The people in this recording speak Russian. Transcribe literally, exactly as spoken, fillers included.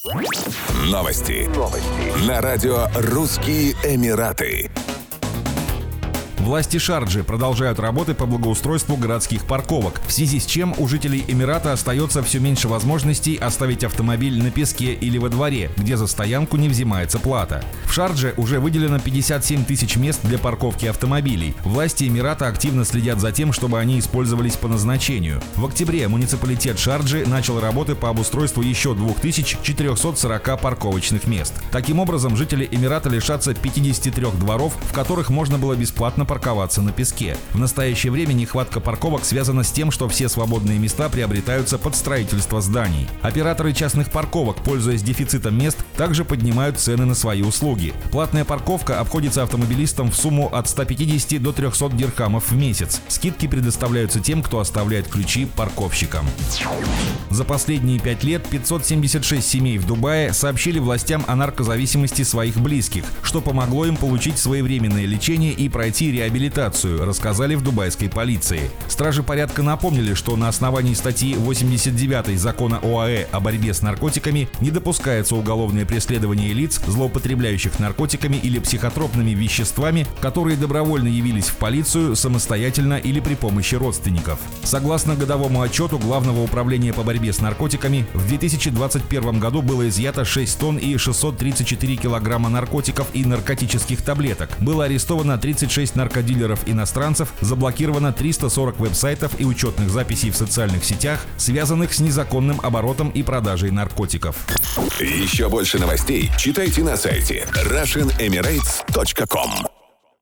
Новости. Новости. На радио «Русские Эмираты». Власти Шарджи продолжают работы по благоустройству городских парковок, в связи с чем у жителей Эмирата остается все меньше возможностей оставить автомобиль на песке или во дворе, где за стоянку не взимается плата. В Шардже уже выделено пятьдесят семь тысяч мест для парковки автомобилей. Власти Эмирата активно следят за тем, чтобы они использовались по назначению. В октябре муниципалитет Шарджи начал работы по обустройству еще две тысячи четыреста сорок парковочных мест. Таким образом, жители Эмирата лишатся пятидесяти трёх дворов, в которых можно было бесплатно парковаться. парковаться на песке. В настоящее время нехватка парковок связана с тем, что все свободные места приобретаются под строительство зданий. Операторы частных парковок, пользуясь дефицитом мест, также поднимают цены на свои услуги. Платная парковка обходится автомобилистам в сумму от ста пятидесяти до трёхсот дирхамов в месяц. Скидки предоставляются тем, кто оставляет ключи парковщикам. За последние пять лет пятьсот семьдесят шесть семей в Дубае сообщили властям о наркозависимости своих близких, что помогло им получить своевременное лечение и пройти реабилитацию. реабилитацию, рассказали в дубайской полиции. Стражи порядка напомнили, что на основании статьи восемьдесят девятой Закона ОАЭ о борьбе с наркотиками не допускается уголовное преследование лиц, злоупотребляющих наркотиками или психотропными веществами, которые добровольно явились в полицию самостоятельно или при помощи родственников. Согласно годовому отчету Главного управления по борьбе с наркотиками, в две тысячи двадцать первом году было изъято шесть тонн и шестьсот тридцать четыре килограмма наркотиков и наркотических таблеток. Было арестовано тридцать шесть наркотиков наркодилеров-иностранцев, заблокировано триста сорок веб-сайтов и учетных записей в социальных сетях, связанных с незаконным оборотом и продажей наркотиков. Еще больше новостей читайте на сайте Russian Emirates точка ком.